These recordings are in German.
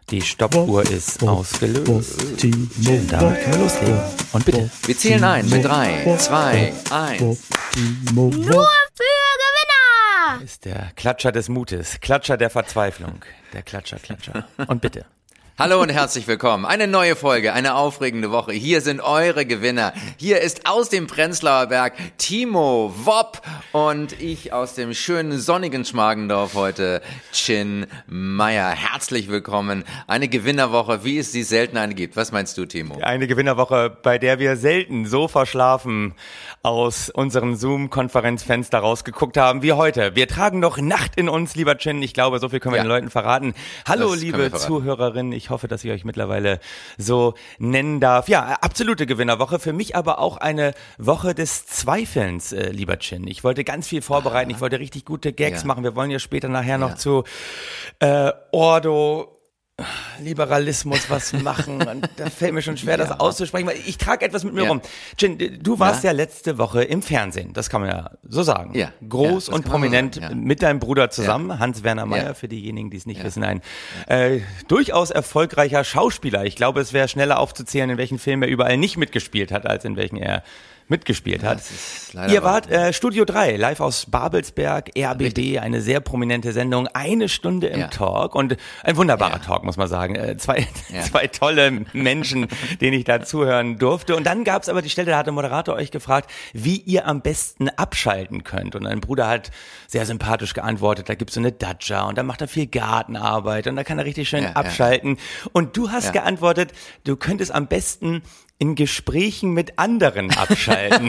Die Stoppuhr ist ausgelöst. Damit können wir loslegen. Und bitte. Wir zählen ein mit 3, 2, 1. Nur für Gewinner! Ist der Klatscher des Mutes, Klatscher der Verzweiflung, der Klatscher. Und bitte. Hallo und herzlich willkommen. Eine neue Folge, eine aufregende Woche. Hier sind eure Gewinner. Hier ist aus dem Prenzlauer Berg Timo Wopp und ich aus dem schönen sonnigen Schmargendorf heute, Chin Meyer. Herzlich willkommen. Eine Gewinnerwoche, wie es sie selten eine gibt. Was meinst du, Timo? Eine Gewinnerwoche, bei der wir selten so verschlafen aus unserem Zoom-Konferenzfenster rausgeguckt haben wie heute. Wir tragen noch Nacht in uns, lieber Chin. Ich glaube, so viel können wir den Leuten verraten. Hallo, liebe Zuhörerinnen. Ich hoffe, dass ich euch mittlerweile so nennen darf. Ja, absolute Gewinnerwoche. Für mich aber auch eine Woche des Zweifelns, lieber Chin. Ich wollte ganz viel vorbereiten. Ich wollte richtig gute Gags machen. Wir wollen ja später nachher noch zu Ordo Liberalismus was machen. Und da fällt mir schon schwer, das auszusprechen, weil ich trage etwas mit mir rum. Chin, du warst ja letzte Woche im Fernsehen, das kann man ja so sagen. Ja. Groß und prominent mit deinem Bruder zusammen, Hans-Werner Meyer, für diejenigen, die es nicht wissen, ein durchaus erfolgreicher Schauspieler. Ich glaube, es wäre schneller aufzuzählen, in welchen Filmen er überall nicht mitgespielt hat, als in welchen er mitgespielt hat. Ihr wart Studio 3, live aus Babelsberg, RBB, richtig. Eine sehr prominente Sendung, 1 Stunde im Talk und ein wunderbarer Talk, muss man sagen. Zwei tolle Menschen, denen ich da zuhören durfte. Und dann gab es aber die Stelle, da hat der Moderator euch gefragt, wie ihr am besten abschalten könnt. Und dein Bruder hat sehr sympathisch geantwortet, da gibt's so eine Dacia und da macht er viel Gartenarbeit und da kann er richtig schön abschalten. Und du hast geantwortet, du könntest am besten in Gesprächen mit anderen abschalten.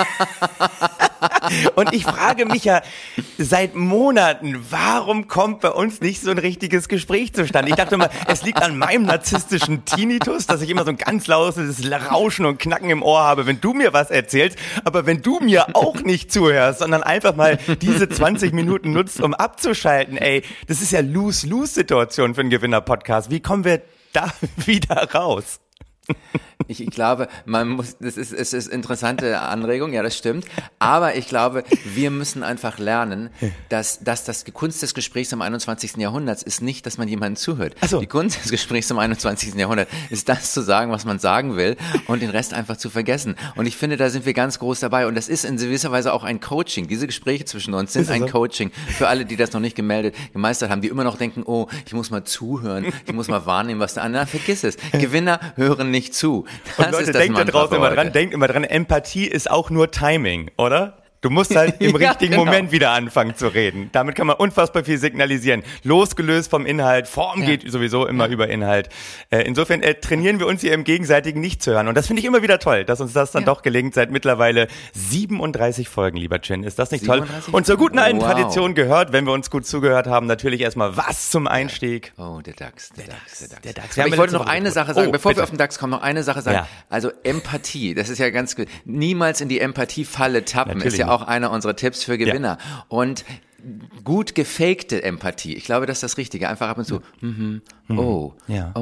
Und ich frage mich ja seit Monaten, warum kommt bei uns nicht so ein richtiges Gespräch zustande? Ich dachte mal, es liegt an meinem narzisstischen Tinnitus, dass ich immer so ein ganz lautes Rauschen und Knacken im Ohr habe, wenn du mir was erzählst. Aber wenn du mir auch nicht zuhörst, sondern einfach mal diese 20 Minuten nutzt, um abzuschalten, das ist ja Lose-Lose-Situation für einen Gewinner-Podcast. Wie kommen wir da wieder raus? Ich glaube, es ist interessante Anregung, ja, das stimmt. Aber ich glaube, wir müssen einfach lernen, dass die Kunst des Gesprächs im 21. Jahrhundert ist nicht, dass man jemandem zuhört. Die Kunst des Gesprächs im 21. Jahrhundert ist das zu sagen, was man sagen will und den Rest einfach zu vergessen. Und ich finde, da sind wir ganz groß dabei. Und das ist in gewisser Weise auch ein Coaching. Diese Gespräche zwischen uns sind ein Coaching für alle, die das noch nicht gemeistert haben, die immer noch denken, oh, ich muss mal zuhören, ich muss mal wahrnehmen, was der andere, vergiss es. Gewinner hören nicht zu. Und Leute, denkt da draußen immer dran, Empathie ist auch nur Timing, oder? Du musst halt im richtigen Moment wieder anfangen zu reden. Damit kann man unfassbar viel signalisieren. Losgelöst vom Inhalt. Form geht sowieso immer über Inhalt. Insofern trainieren wir uns hier im Gegenseitigen nicht zu hören. Und das finde ich immer wieder toll, dass uns das dann doch gelingt. Seit mittlerweile 37 Folgen, lieber Chin. Ist das nicht toll? Und zur guten alten Tradition gehört, wenn wir uns gut zugehört haben, natürlich erstmal was zum Einstieg. Oh, der DAX. Der DAX. Aber ich wollte noch eine Sache sagen, bevor wir auf den DAX kommen, noch eine Sache sagen. Ja. Also Empathie, das ist ja ganz gut. Niemals in die Empathiefalle tappen, natürlich ist ja auch einer unserer Tipps für Gewinner. Ja. Und gut gefakte Empathie, ich glaube, das ist das Richtige. Einfach ab und zu, wow,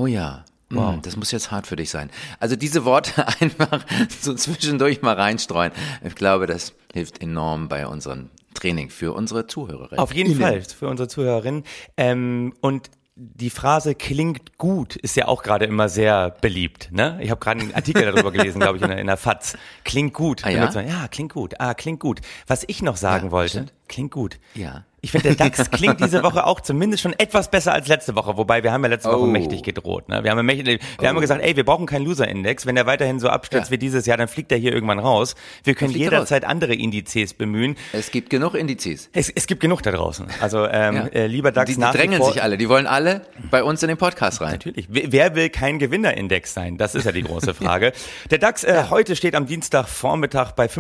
das muss jetzt hart für dich sein. Also diese Worte einfach so zwischendurch mal reinstreuen. Ich glaube, das hilft enorm bei unserem Training für unsere Zuhörerinnen. Auf jeden Fall, für unsere Zuhörerinnen. Und die Phrase klingt gut ist ja auch gerade immer sehr beliebt, ne? Ich habe gerade einen Artikel darüber gelesen, glaube ich, in der FAZ. Klingt gut. Klingt gut. Klingt gut. Was ich noch sagen wollte, klingt gut. Ja. Ich finde, der DAX klingt diese Woche auch zumindest schon etwas besser als letzte Woche, wobei wir haben ja letzte Woche mächtig gedroht. Ne? Wir haben ja gesagt, wir brauchen keinen Loser-Index. Wenn der weiterhin so abstürzt wie dieses Jahr, dann fliegt er hier irgendwann raus. Wir können jederzeit andere Indizes bemühen. Es gibt genug Indizes. Es gibt genug da draußen. Also lieber DAX, die drängen sich alle, die wollen alle bei uns in den Podcast rein. Natürlich. Wer will kein Gewinner-Index sein? Das ist ja die große Frage. Der DAX heute steht am Dienstagvormittag bei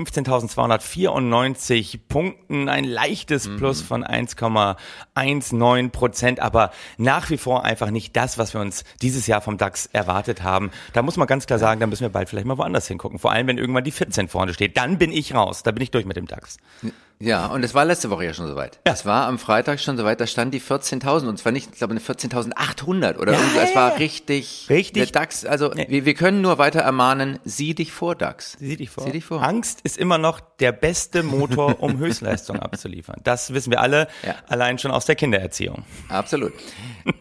15.294 Punkten. Ein leichtes Plus von 1,19%, aber nach wie vor einfach nicht das, was wir uns dieses Jahr vom DAX erwartet haben. Da muss man ganz klar sagen, da müssen wir bald vielleicht mal woanders hingucken. Vor allem, wenn irgendwann die 14 vorne steht. Dann bin ich raus. Da bin ich durch mit dem DAX. Ja, und es war letzte Woche ja schon soweit. Es war am Freitag schon soweit, da stand die 14.000 und zwar nicht, ich glaube, eine 14.800 oder irgendwo. Es war richtig. Der DAX, also wir können nur weiter ermahnen, sieh dich vor, DAX. Sieh dich vor. Angst ist immer noch der beste Motor, um Höchstleistung abzuliefern. Das wissen wir alle, allein schon aus der Kindererziehung. Absolut.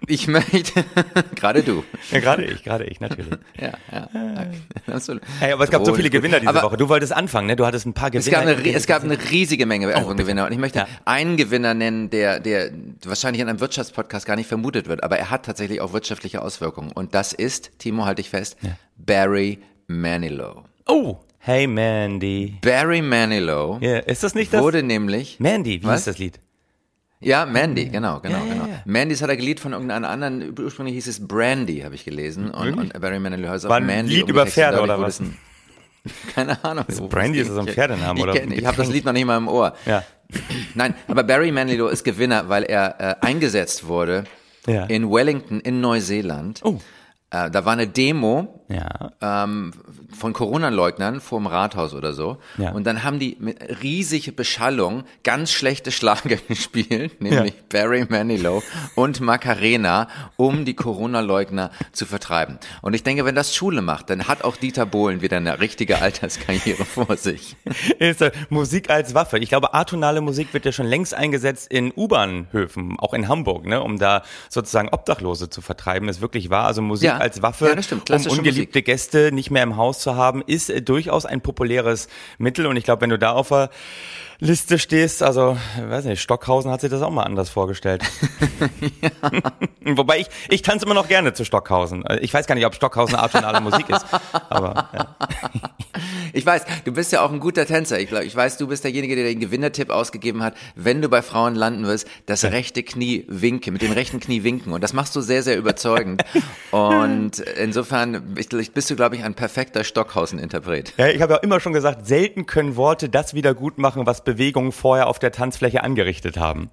Ich möchte, gerade du. Ja, gerade ich, natürlich. Ja. Absolut. Hey, aber es gab so viele Gewinner diese Woche. Du wolltest anfangen, ne? Du hattest ein paar Gewinner. Es gab eine riesige Menge von Gewinner. Und ich möchte einen Gewinner nennen, der wahrscheinlich in einem Wirtschaftspodcast gar nicht vermutet wird. Aber er hat tatsächlich auch wirtschaftliche Auswirkungen. Und das ist, Timo, halte ich fest, Barry Manilow. Oh, hey Mandy. Barry Manilow. Ja, ist das nicht das? Wurde nämlich. Mandy, wie ist das Lied? Ja, Mandy, genau. Mandy hat er geliehen von irgendeinem anderen, ursprünglich hieß es Brandy, habe ich gelesen. Und Barry Manilow heißt auch Mandy. War ein Lied über Pferde oder was? Keine Ahnung. Brandy ist so ein Pferdenamen, oder? Ich habe das Lied noch nicht mal im Ohr. Ja. Nein, aber Barry Manilow ist Gewinner, weil er eingesetzt wurde in Wellington in Neuseeland. Oh. Da war eine Demo von Corona-Leugnern vor dem Rathaus oder so. Ja. Und dann haben die mit riesige Beschallung ganz schlechte Schlager gespielt, nämlich Barry Manilow und Macarena, um die Corona-Leugner zu vertreiben. Und ich denke, wenn das Schule macht, dann hat auch Dieter Bohlen wieder eine richtige Alterskarriere vor sich. Ist Musik als Waffe. Ich glaube, atonale Musik wird ja schon längst eingesetzt in U-Bahn-Höfen, auch in Hamburg, ne, um da sozusagen Obdachlose zu vertreiben. Ist wirklich wahr. Also Musik als Waffe, um ungeliebte Gäste nicht mehr im Haus zu haben, ist durchaus ein populäres Mittel. Und ich glaube, wenn du da auf der Liste stehst, also, weiß nicht, Stockhausen hat sich das auch mal anders vorgestellt. Wobei ich tanze immer noch gerne zu Stockhausen. Ich weiß gar nicht, ob Stockhausen atonale Musik ist, aber Ich weiß, du bist ja auch ein guter Tänzer. Ich weiß, du bist derjenige, der den Gewinnertipp ausgegeben hat, wenn du bei Frauen landen wirst, das rechte Knie winken, mit dem rechten Knie winken. Und das machst du sehr, sehr überzeugend. Und insofern bist du, glaube ich, ein perfekter Stockhausen-Interpret. Ja, ich habe ja immer schon gesagt, selten können Worte das wieder gut machen, was Bewegungen vorher auf der Tanzfläche angerichtet haben.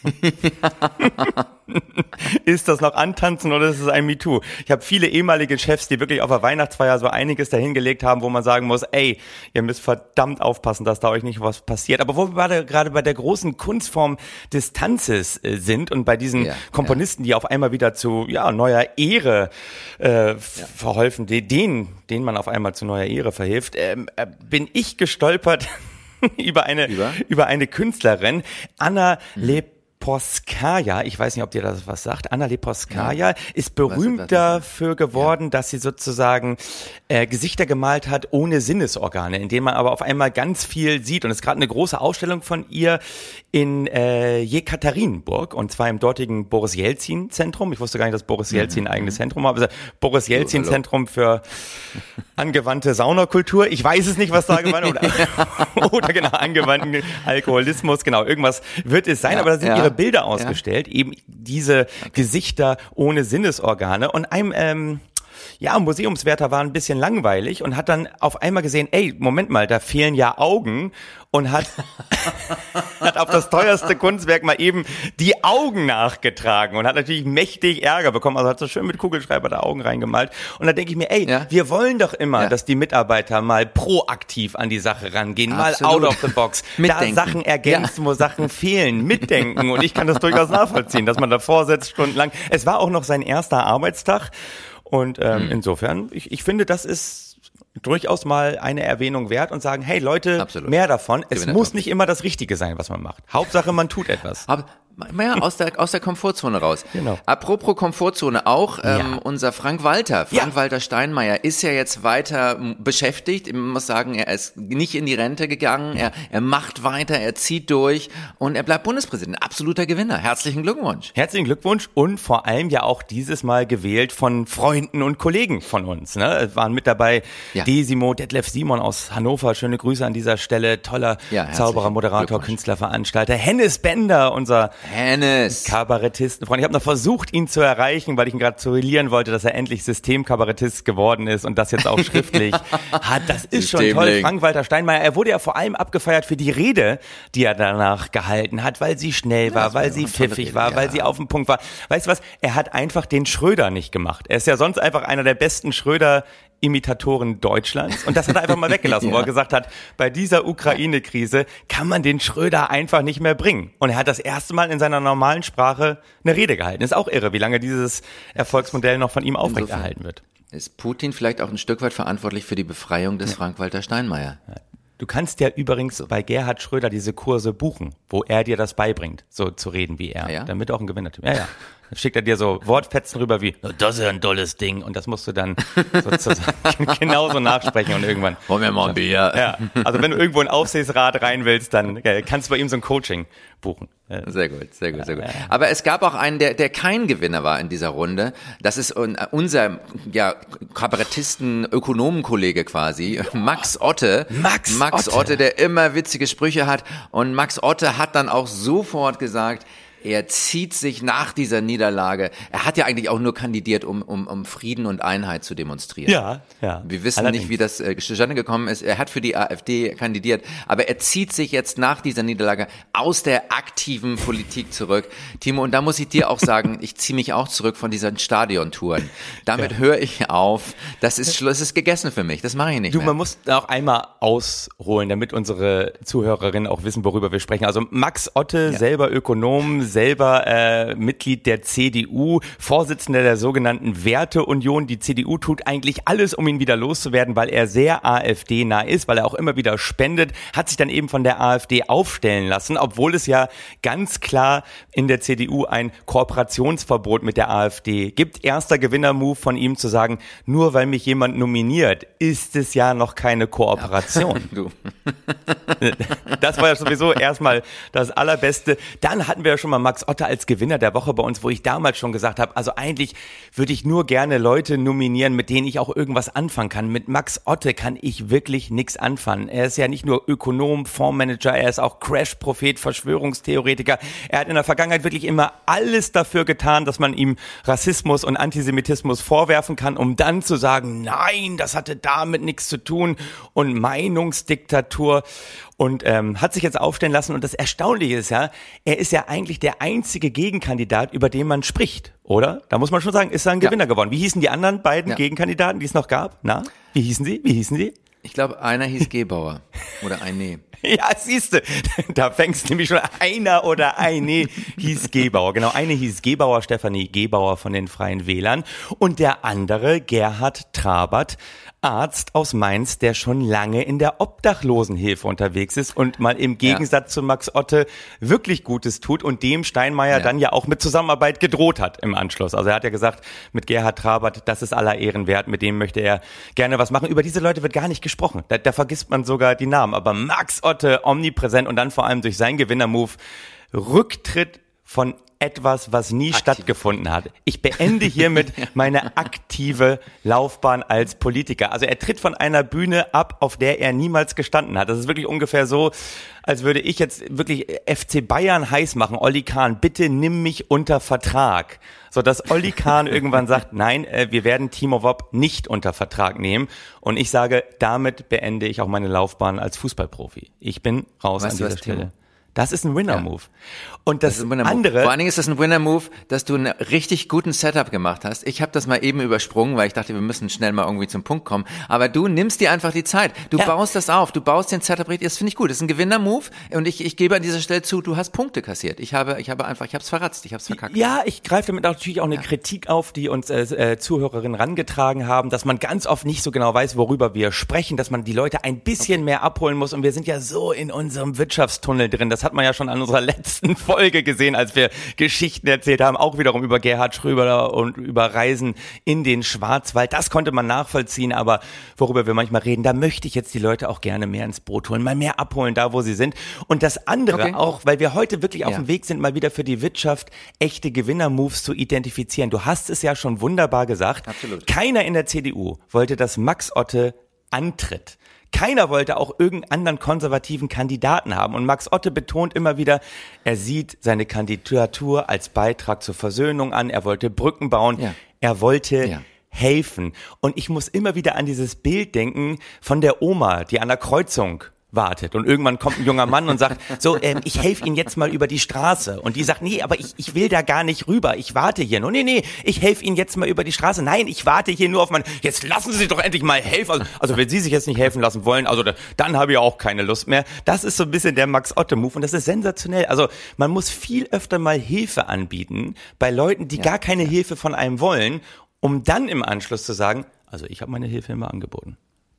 Ist das noch Antanzen oder ist es ein MeToo? Ich habe viele ehemalige Chefs, die wirklich auf der Weihnachtsfeier so einiges dahingelegt haben, wo man sagen muss, ey, ihr müsst verdammt aufpassen, dass da euch nicht was passiert. Aber wo wir gerade bei der großen Kunstform des Tanzes sind und bei diesen Komponisten, die auf einmal wieder zu neuer Ehre verholfen, denen man auf einmal zu neuer Ehre verhilft, bin ich gestolpert über eine Künstlerin, Anna Leporskaya, ich weiß nicht, ob dir das was sagt. Anna Leporskaya ist berühmt dafür geworden, dass sie sozusagen Gesichter gemalt hat ohne Sinnesorgane, in denen man aber auf einmal ganz viel sieht. Und es ist gerade eine große Ausstellung von ihr in Jekaterinburg, und zwar im dortigen Boris Jelzin-Zentrum. Ich wusste gar nicht, dass Boris Jelzin ein eigenes Zentrum hat. Also Boris Jelzin-Zentrum für angewandte Saunakultur. Ich weiß es nicht, was da gemeint oder genau, angewandten Alkoholismus. Genau, irgendwas wird es sein. Aber da sind ihre Bilder ausgestellt. Eben diese Gesichter ohne Sinnesorgane. Und einem Museumswärter war ein bisschen langweilig und hat dann auf einmal gesehen, ey, Moment mal, da fehlen ja Augen, und hat auf das teuerste Kunstwerk mal eben die Augen nachgetragen und hat natürlich mächtig Ärger bekommen. Also hat so schön mit Kugelschreiber da Augen reingemalt. Und da denke ich mir, wir wollen doch immer, dass die Mitarbeiter mal proaktiv an die Sache rangehen, mal out of the box, da Sachen ergänzen, wo Sachen fehlen, mitdenken. Und ich kann das durchaus nachvollziehen, dass man davor sitzt stundenlang. Es war auch noch sein erster Arbeitstag. Und insofern, ich finde, das ist durchaus mal eine Erwähnung wert und sagen, hey Leute, mehr davon. Es muss nicht immer das Richtige sein, was man macht. Hauptsache, man tut etwas. Aber aus der Komfortzone raus. Genau. Apropos Komfortzone, auch unser Frank Walter Steinmeier ist ja jetzt weiter beschäftigt. Ich muss sagen, er ist nicht in die Rente gegangen. Er macht weiter, er zieht durch und er bleibt Bundespräsident. Absoluter Gewinner. Herzlichen Glückwunsch. Herzlichen Glückwunsch und vor allem ja auch dieses Mal gewählt von Freunden und Kollegen von uns. Ne? Es waren mit dabei Desimo, Detlef Simon aus Hannover. Schöne Grüße an dieser Stelle. Toller Zauberer, Moderator, Künstler, Veranstalter. Hennes Bender, unser Kabarettistenfreund. Ich habe noch versucht, ihn zu erreichen, weil ich ihn gratulieren wollte, dass er endlich Systemkabarettist geworden ist und das jetzt auch schriftlich hat. Das ist schon toll. Frank-Walter Steinmeier, er wurde ja vor allem abgefeiert für die Rede, die er danach gehalten hat, weil sie schnell war, weil sie pfiffig war, weil sie auf dem Punkt war. Weißt du was? Er hat einfach den Schröder nicht gemacht. Er ist ja sonst einfach einer der besten Schröder-Imitatoren Deutschlands. Und das hat er einfach mal weggelassen, wo er gesagt hat, bei dieser Ukraine-Krise kann man den Schröder einfach nicht mehr bringen. Und er hat das erste Mal in seiner normalen Sprache eine Rede gehalten. Ist auch irre, wie lange dieses Erfolgsmodell noch von ihm aufrechterhalten wird. Ist Putin vielleicht auch ein Stück weit verantwortlich für die Befreiung des Frank-Walter Steinmeier? Ja. Du kannst ja übrigens bei Gerhard Schröder diese Kurse buchen, wo er dir das beibringt, so zu reden wie er, damit du auch ein Gewinner. Ja. schickt er dir so Wortfetzen rüber wie, das ist ja ein tolles Ding. Und das musst du dann sozusagen genauso nachsprechen und irgendwann. Wollen wir mal ein Bier? Ja, also wenn du irgendwo in Aufsichtsrat rein willst, dann kannst du bei ihm so ein Coaching buchen. Sehr gut, sehr gut, sehr gut. Aber es gab auch einen, der kein Gewinner war in dieser Runde. Das ist unser Kabarettisten-Ökonomenkollege quasi, Max Otte. Max Otte, der immer witzige Sprüche hat. Und Max Otte hat dann auch sofort gesagt, er zieht sich nach dieser Niederlage. Er hat ja eigentlich auch nur kandidiert, um Frieden und Einheit zu demonstrieren. Ja. Wir wissen nicht, wie das zustande gekommen ist. Er hat für die AfD kandidiert, aber er zieht sich jetzt nach dieser Niederlage aus der aktiven Politik zurück. Timo, und da muss ich dir auch sagen, ich ziehe mich auch zurück von diesen Stadiontouren. Damit höre ich auf. Das ist Schluss, es ist gegessen für mich. Das mache ich nicht mehr. Man muss auch einmal ausholen, damit unsere Zuhörerinnen auch wissen, worüber wir sprechen. Also Max Otte, selber Ökonom, selber Mitglied der CDU, Vorsitzender der sogenannten Werteunion. Die CDU tut eigentlich alles, um ihn wieder loszuwerden, weil er sehr AfD-nah ist, weil er auch immer wieder spendet, hat sich dann eben von der AfD aufstellen lassen, obwohl es ja ganz klar in der CDU ein Kooperationsverbot mit der AfD gibt. Erster Gewinner-Move von ihm zu sagen, nur weil mich jemand nominiert, ist es ja noch keine Kooperation. Ja, Das war ja sowieso erstmal das Allerbeste. Dann hatten wir ja schon mal Max Otte als Gewinner der Woche bei uns, wo ich damals schon gesagt habe, also eigentlich würde ich nur gerne Leute nominieren, mit denen ich auch irgendwas anfangen kann. Mit Max Otte kann ich wirklich nichts anfangen. Er ist ja nicht nur Ökonom, Fondsmanager, er ist auch Crash-Prophet, Verschwörungstheoretiker. Er hat in der Vergangenheit wirklich immer alles dafür getan, dass man ihm Rassismus und Antisemitismus vorwerfen kann, um dann zu sagen, nein, das hatte damit nichts zu tun und Meinungsdiktatur. Und hat sich jetzt aufstellen lassen. Und das Erstaunliche ist ja, er ist ja eigentlich der einzige Gegenkandidat, über den man spricht, oder? Da muss man schon sagen, ist er ein Gewinner geworden. Wie hießen die anderen beiden Gegenkandidaten, die es noch gab? Na, wie hießen sie? Ich glaube, einer hieß Gebauer oder eine. Ja, siehste, da fängst du nämlich schon, einer oder eine hieß Gebauer. Genau, eine hieß Gebauer, Stefanie Gebauer von den Freien Wählern. Und der andere, Gerhard Trabert, Arzt aus Mainz, der schon lange in der Obdachlosenhilfe unterwegs ist und mal im Gegensatz zu Max Otte wirklich Gutes tut und dem Steinmeier dann ja auch mit Zusammenarbeit gedroht hat im Anschluss. Also er hat ja gesagt, mit Gerhard Trabert, das ist aller Ehren wert, mit dem möchte er gerne was machen. Über diese Leute wird gar nicht gesprochen. Da vergisst man sogar die Namen. Aber Max Otte, omnipräsent und dann vor allem durch seinen Gewinnermove, Rücktritt von etwas, was nie stattgefunden hat. Ich beende hiermit meine aktive Laufbahn als Politiker. Also er tritt von einer Bühne ab, auf der er niemals gestanden hat. Das ist wirklich ungefähr so, als würde ich jetzt wirklich FC Bayern heiß machen. Olli Kahn, bitte nimm mich unter Vertrag. So, dass Olli Kahn irgendwann sagt, nein, wir werden Timo Wopp nicht unter Vertrag nehmen. Und ich sage, damit beende ich auch meine Laufbahn als Fußballprofi. Ich bin raus an dieser Stelle. Timo? Das ist ein Winner-Move. Und das andere... Vor allen Dingen ist das ein Winner-Move, dass du einen richtig guten Setup gemacht hast. Ich habe das mal eben übersprungen, weil ich dachte, wir müssen schnell mal irgendwie zum Punkt kommen. Aber du nimmst dir einfach die Zeit. Du baust das auf. Du baust den Setup richtig. Das finde ich gut. Das ist ein Gewinner-Move. Und ich gebe an dieser Stelle zu, du hast Punkte kassiert. Ich hab's verratzt. Ich hab's verkackt. Ja, ich greife damit natürlich auch eine Kritik auf, die uns Zuhörerinnen rangetragen haben, dass man ganz oft nicht so genau weiß, worüber wir sprechen, dass man die Leute ein bisschen mehr abholen muss. Und wir sind ja so in unserem Wirtschaftstunnel drin. Das hat man ja schon an unserer letzten Folge gesehen, als wir Geschichten erzählt haben, auch wiederum über Gerhard Schröder und über Reisen in den Schwarzwald. Das konnte man nachvollziehen, aber worüber wir manchmal reden, da möchte ich jetzt die Leute auch gerne mehr ins Boot holen, mal mehr abholen, da wo sie sind. Und das andere auch, weil wir heute wirklich auf dem Weg sind, mal wieder für die Wirtschaft echte Gewinner-Moves zu identifizieren. Du hast es ja schon wunderbar gesagt. Absolut. Keiner in der CDU wollte, dass Max Otte antritt. Keiner wollte auch irgendeinen anderen konservativen Kandidaten haben. Und Max Otte betont immer wieder, er sieht seine Kandidatur als Beitrag zur Versöhnung an. Er wollte Brücken bauen. Ja. Er wollte helfen. Und ich muss immer wieder an dieses Bild denken von der Oma, die an der Kreuzung wartet. Und irgendwann kommt ein junger Mann und sagt, so, ich helfe Ihnen jetzt mal über die Straße. Und die sagt, nee, aber ich will da gar nicht rüber. Ich warte hier nur. Nee, ich helfe Ihnen jetzt mal über die Straße. Nein, ich warte hier nur auf jetzt lassen Sie sich doch endlich mal helfen. Also wenn Sie sich jetzt nicht helfen lassen wollen, also dann habe ich auch keine Lust mehr. Das ist so ein bisschen der Max Otte-Move und das ist sensationell. Also man muss viel öfter mal Hilfe anbieten bei Leuten, die gar keine Hilfe von einem wollen, um dann im Anschluss zu sagen, also ich habe meine Hilfe immer angeboten.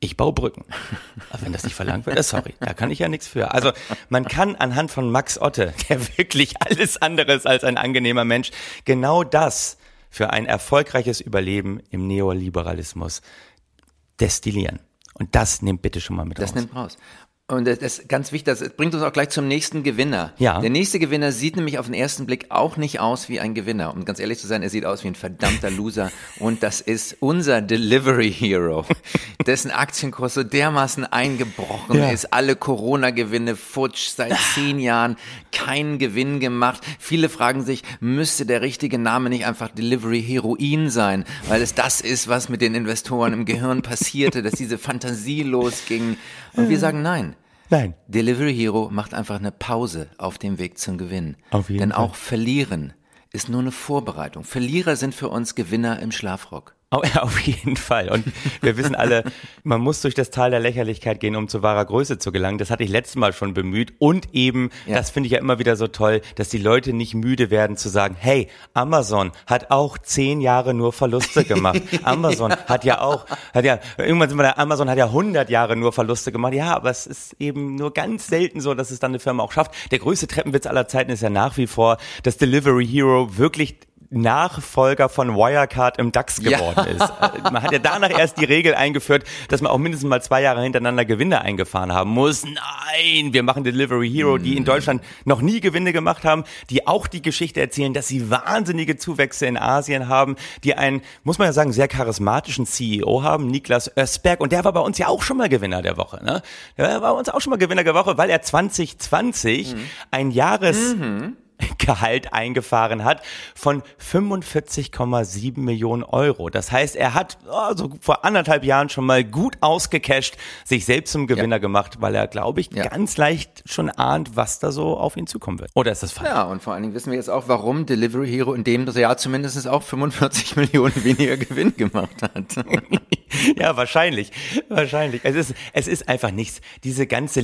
Ich baue Brücken. Aber wenn das nicht verlangt wird, sorry, da kann ich ja nichts für. Also man kann anhand von Max Otte, der wirklich alles andere ist als ein angenehmer Mensch, genau das für ein erfolgreiches Überleben im Neoliberalismus destillieren. Und das nehmt bitte schon mal mit raus. Das nimmt raus. Und das ist ganz wichtig, das bringt uns auch gleich zum nächsten Gewinner. Ja. Der nächste Gewinner sieht nämlich auf den ersten Blick auch nicht aus wie ein Gewinner. Um ganz ehrlich zu sein, er sieht aus wie ein verdammter Loser. Und das ist unser Delivery Hero, dessen Aktienkurs so dermaßen eingebrochen ist. Alle Corona-Gewinne futsch, seit 10 Jahren keinen Gewinn gemacht. Viele fragen sich, müsste der richtige Name nicht einfach Delivery Heroin sein? Weil es das ist, was mit den Investoren im Gehirn passierte, dass diese Fantasie losging. Und wir sagen nein. Nein. Delivery Hero macht einfach eine Pause auf dem Weg zum Gewinn. Auf jeden Denn Fall. auch Verlieren ist nur eine Vorbereitung. Verlierer sind für uns Gewinner im Schlafrock. Auf jeden Fall. Und wir wissen alle, man muss durch das Tal der Lächerlichkeit gehen, um zu wahrer Größe zu gelangen. Das hatte ich letztes Mal schon bemüht. Und eben, das finde ich ja immer wieder so toll, dass die Leute nicht müde werden zu sagen, hey, Amazon hat auch 10 Jahre nur Verluste gemacht. Amazon irgendwann sind wir da, Amazon hat ja 100 Jahre nur Verluste gemacht. Ja, aber es ist eben nur ganz selten so, dass es dann eine Firma auch schafft. Der größte Treppenwitz aller Zeiten ist ja nach wie vor, dass Delivery Hero wirklich Nachfolger von Wirecard im DAX geworden ist. Man hat ja danach erst die Regel eingeführt, dass man auch mindestens mal 2 Jahre hintereinander Gewinne eingefahren haben muss. Nein, wir machen Delivery Hero, die in Deutschland noch nie Gewinne gemacht haben, die auch die Geschichte erzählen, dass sie wahnsinnige Zuwächse in Asien haben, die einen, muss man ja sagen, sehr charismatischen CEO haben, Niklas Östberg, und der war bei uns ja auch schon mal Gewinner der Woche. Ne? Der war bei uns auch schon mal Gewinner der Woche, weil er 2020 ein Jahresgehalt eingefahren hat von 45,7 Millionen Euro. Das heißt, er hat so vor 1,5 Jahren schon mal gut ausgecasht, sich selbst zum Gewinner gemacht, weil er, glaube ich, ganz leicht schon ahnt, was da so auf ihn zukommen wird. Oder ist das falsch? Ja, und vor allen Dingen wissen wir jetzt auch, warum Delivery Hero in dem Jahr zumindest auch 45 Millionen weniger Gewinn gemacht hat. Ja, wahrscheinlich. Es ist einfach nichts. Diese ganze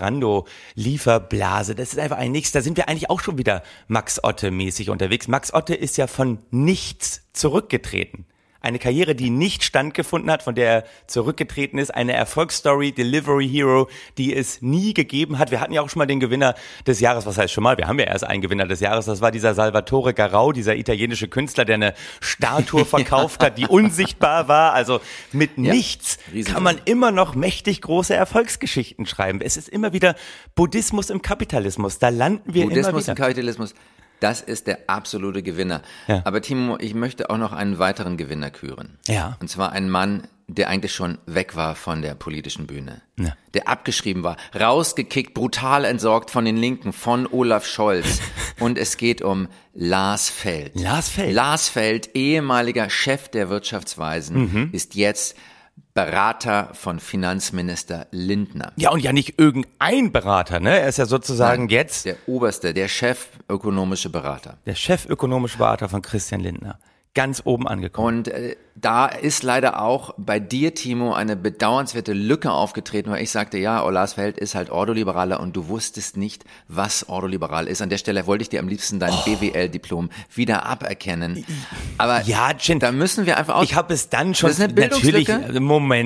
Lieferblase, das ist einfach ein nichts. Da sind wir eigentlich auch schon wieder Max Otte-mäßig unterwegs. Max Otte ist ja von nichts zurückgetreten. Eine Karriere, die nicht standgefunden hat, von der er zurückgetreten ist. Eine Erfolgsstory, Delivery Hero, die es nie gegeben hat. Wir hatten ja auch schon mal den Gewinner des Jahres. Was heißt schon mal? Wir haben ja erst einen Gewinner des Jahres. Das war dieser Salvatore Garau, dieser italienische Künstler, der eine Statue verkauft hat, die unsichtbar war. Also mit nichts kann man immer noch mächtig große Erfolgsgeschichten schreiben. Es ist immer wieder Buddhismus im Kapitalismus. Da landen wir immer wieder. Buddhismus im Kapitalismus. Das ist der absolute Gewinner. Ja. Aber Timo, ich möchte auch noch einen weiteren Gewinner küren. Ja. Und zwar einen Mann, der eigentlich schon weg war von der politischen Bühne. Ja. Der abgeschrieben war, rausgekickt, brutal entsorgt von den Linken, von Olaf Scholz. Und es geht um Lars Feld. Lars Feld, ehemaliger Chef der Wirtschaftsweisen, ist jetzt Berater von Finanzminister Lindner. Ja, und ja nicht irgendein Berater, ne? Er ist ja sozusagen jetzt der oberste, der chefökonomische Berater. Der chefökonomische Berater von Christian Lindner. Ganz oben angekommen. Und da ist leider auch bei dir, Timo, eine bedauernswerte Lücke aufgetreten, weil ich sagte, ja, Lars Feld ist halt Ordoliberaler und du wusstest nicht, was Ordoliberal ist. An der Stelle wollte ich dir am liebsten dein BWL-Diplom wieder aberkennen. Aber ja, Jen, da müssen wir einfach ich habe es dann schon das ist eine Bildungslücke? natürlich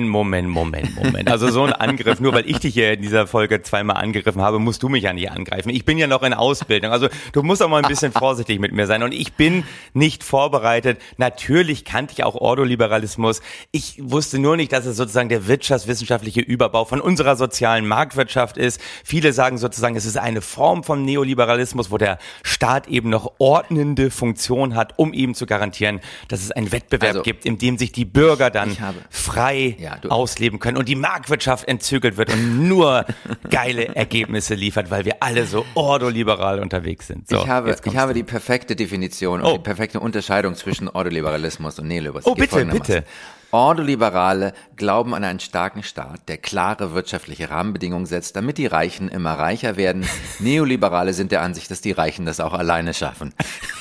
Moment. Also so ein Angriff, nur weil ich dich hier in dieser Folge zweimal angegriffen habe, musst du mich ja nicht angreifen. Ich bin ja noch in Ausbildung. Also du musst auch mal ein bisschen vorsichtig mit mir sein und ich bin nicht vorbereitet. Natürlich kannte ich auch Ordoliberalismus. Ich wusste nur nicht, dass es sozusagen der wirtschaftswissenschaftliche Überbau von unserer sozialen Marktwirtschaft ist. Viele sagen sozusagen, es ist eine Form vom Neoliberalismus, wo der Staat eben noch ordnende Funktion hat, um eben zu garantieren, dass es einen Wettbewerb gibt, in dem sich die Bürger dann frei ausleben können und die Marktwirtschaft entzügelt wird und nur geile Ergebnisse liefert, weil wir alle so ordoliberal unterwegs sind. So, ich habe die perfekte Definition und die perfekte Unterscheidung zwischen Ordoliberalismus und Neoliberalismus. Oh, bitte. Ordoliberale glauben an einen starken Staat, der klare wirtschaftliche Rahmenbedingungen setzt, damit die Reichen immer reicher werden. Neoliberale sind der Ansicht, dass die Reichen das auch alleine schaffen.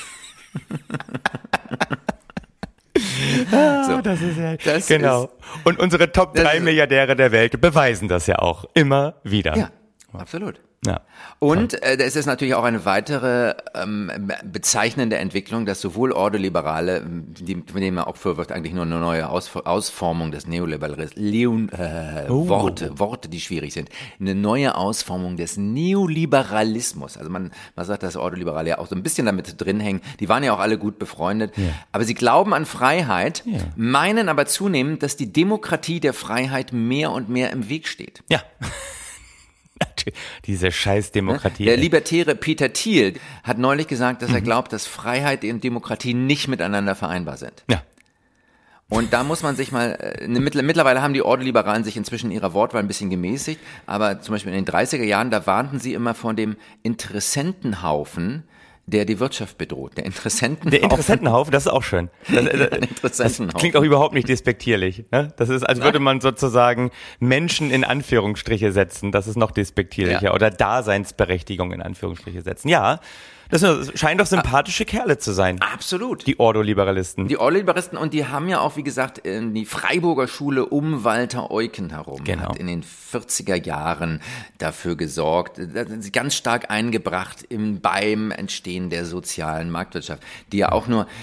Das ist ja genau. Und unsere Top 3 Milliardäre der Welt beweisen das ja auch immer wieder. Ja, absolut. Ja. Und es ist natürlich auch eine weitere bezeichnende Entwicklung, dass sowohl Ordoliberale, von denen man auch vorwirft, eigentlich nur eine neue Ausformung des Neoliberalismus, Worte, die schwierig sind, eine neue Ausformung des Neoliberalismus. Also man sagt, dass Ordoliberale ja auch so ein bisschen damit drin hängen. Die waren ja auch alle gut befreundet. Ja. Aber sie glauben an Freiheit, meinen aber zunehmend, dass die Demokratie der Freiheit mehr und mehr im Weg steht. Ja. Diese Scheißdemokratie. Der Libertäre Peter Thiel hat neulich gesagt, dass er glaubt, dass Freiheit und Demokratie nicht miteinander vereinbar sind. Ja. Und da muss man sich mal, mittlerweile haben die Ordoliberalen sich inzwischen ihrer Wortwahl ein bisschen gemäßigt, aber zum Beispiel in den 30er Jahren, da warnten sie immer von dem Interessentenhaufen, der die Wirtschaft bedroht. Der Interessentenhaufen, das ist auch schön. Das klingt auch überhaupt nicht despektierlich. Ne? Das ist, als würde man sozusagen Menschen in Anführungsstriche setzen. Das ist noch despektierlicher. Ja. Oder Daseinsberechtigung in Anführungsstriche setzen. Ja, das scheinen doch sympathische Kerle zu sein. Absolut. Die Ordoliberalisten. Und die haben ja auch, wie gesagt, die Freiburger Schule um Walter Eucken herum hat in den 40er Jahren dafür gesorgt, ganz stark eingebracht beim Entstehen der sozialen Marktwirtschaft, die ja auch nur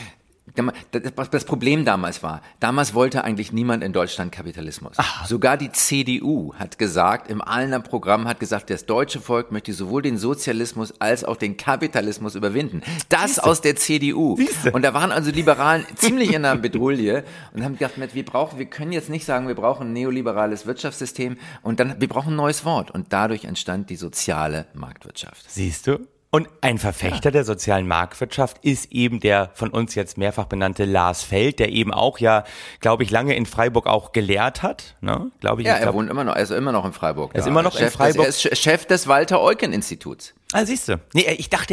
das Problem damals wollte eigentlich niemand in Deutschland Kapitalismus. Aha. Sogar die CDU hat gesagt, im Ahlener Programm hat gesagt, das deutsche Volk möchte sowohl den Sozialismus als auch den Kapitalismus überwinden. Das Siehste. Aus der CDU. Siehste. Und da waren also Liberalen ziemlich in der Bedrulle und haben gedacht, wir können jetzt nicht sagen, wir brauchen ein neoliberales Wirtschaftssystem und dann, wir brauchen ein neues Wort. Und dadurch entstand die soziale Marktwirtschaft. Siehst du? Und ein Verfechter der sozialen Marktwirtschaft ist eben der von uns jetzt mehrfach benannte Lars Feld, der eben auch glaube ich, lange in Freiburg auch gelehrt hat. Ne? Er wohnt immer noch, er ist immer noch in Freiburg. Er ist immer noch in Freiburg. Er ist Chef des Walter-Eucken-Instituts. Ah, siehst du. Nee, ich dachte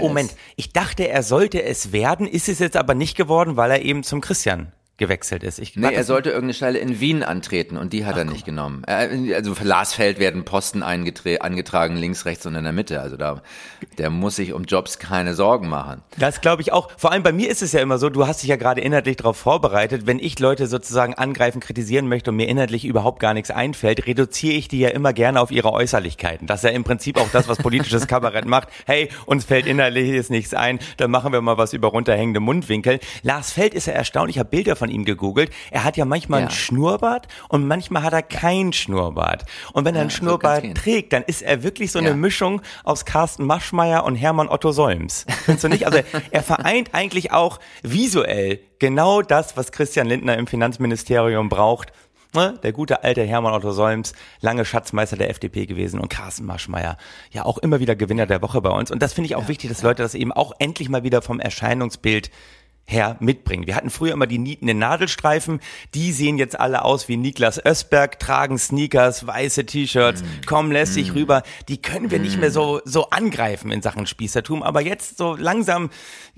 ich dachte, er sollte es werden, ist es jetzt aber nicht geworden, weil er eben zum Christian gewechselt ist. Er sollte irgendeine Stelle in Wien antreten und die hat er nicht genommen. Also für Lars Feld werden Posten angetragen, links, rechts und in der Mitte. Also der muss sich um Jobs keine Sorgen machen. Das glaube ich auch. Vor allem bei mir ist es ja immer so, du hast dich ja gerade inhaltlich darauf vorbereitet, wenn ich Leute sozusagen angreifen, kritisieren möchte und mir inhaltlich überhaupt gar nichts einfällt, reduziere ich die ja immer gerne auf ihre Äußerlichkeiten. Das ist ja im Prinzip auch das, was politisches Kabarett macht. Hey, uns fällt inhaltlich jetzt nichts ein, dann machen wir mal was über runterhängende Mundwinkel. Lars Feld ist ja erstaunlich, ich habe Bilder von ihm gegoogelt. Er hat ja manchmal einen Schnurrbart und manchmal hat er kein Schnurrbart. Und wenn er einen Schnurrbart trägt, dann ist er wirklich so eine Mischung aus Carsten Maschmeyer und Hermann Otto Solms. Findest du nicht? Also er vereint eigentlich auch visuell genau das, was Christian Lindner im Finanzministerium braucht. Der gute alte Hermann Otto Solms, lange Schatzmeister der FDP gewesen, und Carsten Maschmeyer, ja auch immer wieder Gewinner der Woche bei uns. Und das finde ich auch wichtig, dass Leute das eben auch endlich mal wieder vom Erscheinungsbild her mitbringen. Wir hatten früher immer die nietenden Nadelstreifen, die sehen jetzt alle aus wie Niklas Östberg, tragen Sneakers, weiße T-Shirts, kommen lässig rüber. Die können wir nicht mehr so angreifen in Sachen Spießertum, aber jetzt so langsam,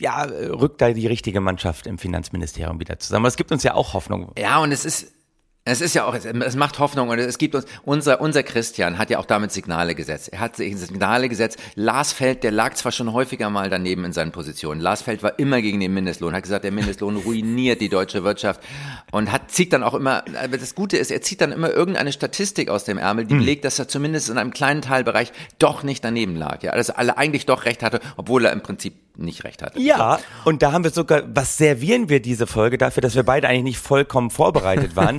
rückt da die richtige Mannschaft im Finanzministerium wieder zusammen. Das gibt uns ja auch Hoffnung. Ja, und es ist ja auch, es macht Hoffnung und es gibt uns, unser Christian hat ja auch damit Signale gesetzt. Er hat Signale gesetzt. Lars Feld, der lag zwar schon häufiger mal daneben in seinen Positionen. Lars Feld war immer gegen den Mindestlohn, hat gesagt, der Mindestlohn ruiniert die deutsche Wirtschaft und zieht dann auch immer, aber das Gute ist, er zieht dann immer irgendeine Statistik aus dem Ärmel, die belegt, dass er zumindest in einem kleinen Teilbereich doch nicht daneben lag. Ja, dass er alle eigentlich doch recht hatte, obwohl er im Prinzip nicht recht hatte. Ja, und da haben wir sogar, was servieren wir diese Folge dafür, dass wir beide eigentlich nicht vollkommen vorbereitet waren?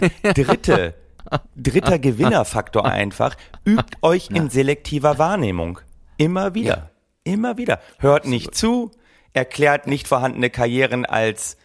Dritter Gewinnerfaktor einfach. Übt euch in selektiver Wahrnehmung. Immer wieder. Ja. Immer wieder. Hört nicht zu, erklärt nicht vorhandene Karrieren als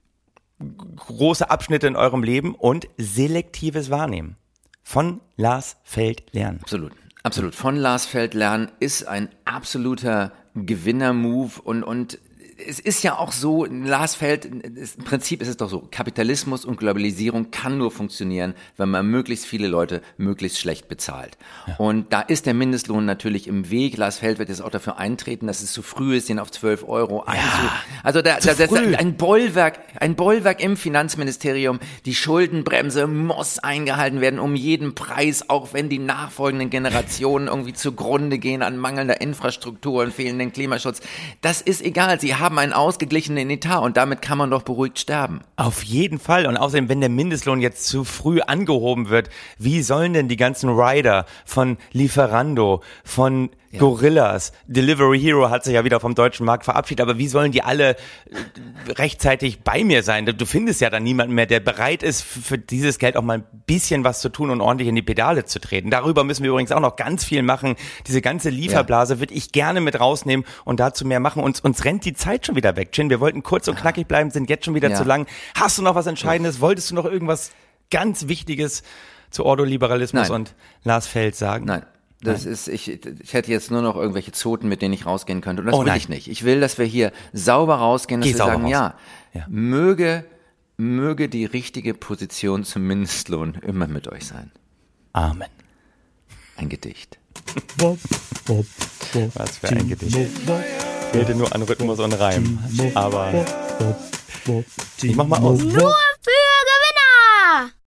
große Abschnitte in eurem Leben und selektives Wahrnehmen. Von Lars Feld lernen. Absolut. Von Lars Feld lernen ist ein absoluter Gewinner-Move und es ist ja auch so, Lars Feld, im Prinzip ist es doch so, Kapitalismus und Globalisierung kann nur funktionieren, wenn man möglichst viele Leute möglichst schlecht bezahlt. Ja. Und da ist der Mindestlohn natürlich im Weg. Lars Feld wird jetzt auch dafür eintreten, dass es zu früh ist, den auf 12 € einzuführen. Also das ist ein Bollwerk im Finanzministerium. Die Schuldenbremse muss eingehalten werden, um jeden Preis, auch wenn die nachfolgenden Generationen irgendwie zugrunde gehen an mangelnder Infrastruktur und fehlenden Klimaschutz. Das ist egal. Sie haben einen ausgeglichenen Etat und damit kann man doch beruhigt sterben. Auf jeden Fall. Und außerdem, wenn der Mindestlohn jetzt zu früh angehoben wird, wie sollen denn die ganzen Rider von Lieferando, von Gorillas, Delivery Hero hat sich ja wieder vom deutschen Markt verabschiedet, aber wie sollen die alle rechtzeitig bei mir sein? Du findest ja dann niemanden mehr, der bereit ist, für dieses Geld auch mal ein bisschen was zu tun und ordentlich in die Pedale zu treten. Darüber müssen wir übrigens auch noch ganz viel machen. Diese ganze Lieferblase würde ich gerne mit rausnehmen und dazu mehr machen. Uns rennt die Zeit schon wieder weg. Chin, wir wollten kurz und knackig bleiben, sind jetzt schon wieder zu lang. Hast du noch was Entscheidendes? Wolltest du noch irgendwas ganz Wichtiges zu Ordoliberalismus und Lars Feld sagen? Nein. Ich hätte jetzt nur noch irgendwelche Zoten, mit denen ich rausgehen könnte. Und das will ich nicht. Ich will, dass wir hier sauber rausgehen, dass wir sagen, raus. Möge die richtige Position zum Mindestlohn immer mit euch sein. Amen. Ein Gedicht. Was für ein Gedicht. Fehlte nur an Rhythmus und Reim. Aber ich mach mal aus. Nur für Gewinner!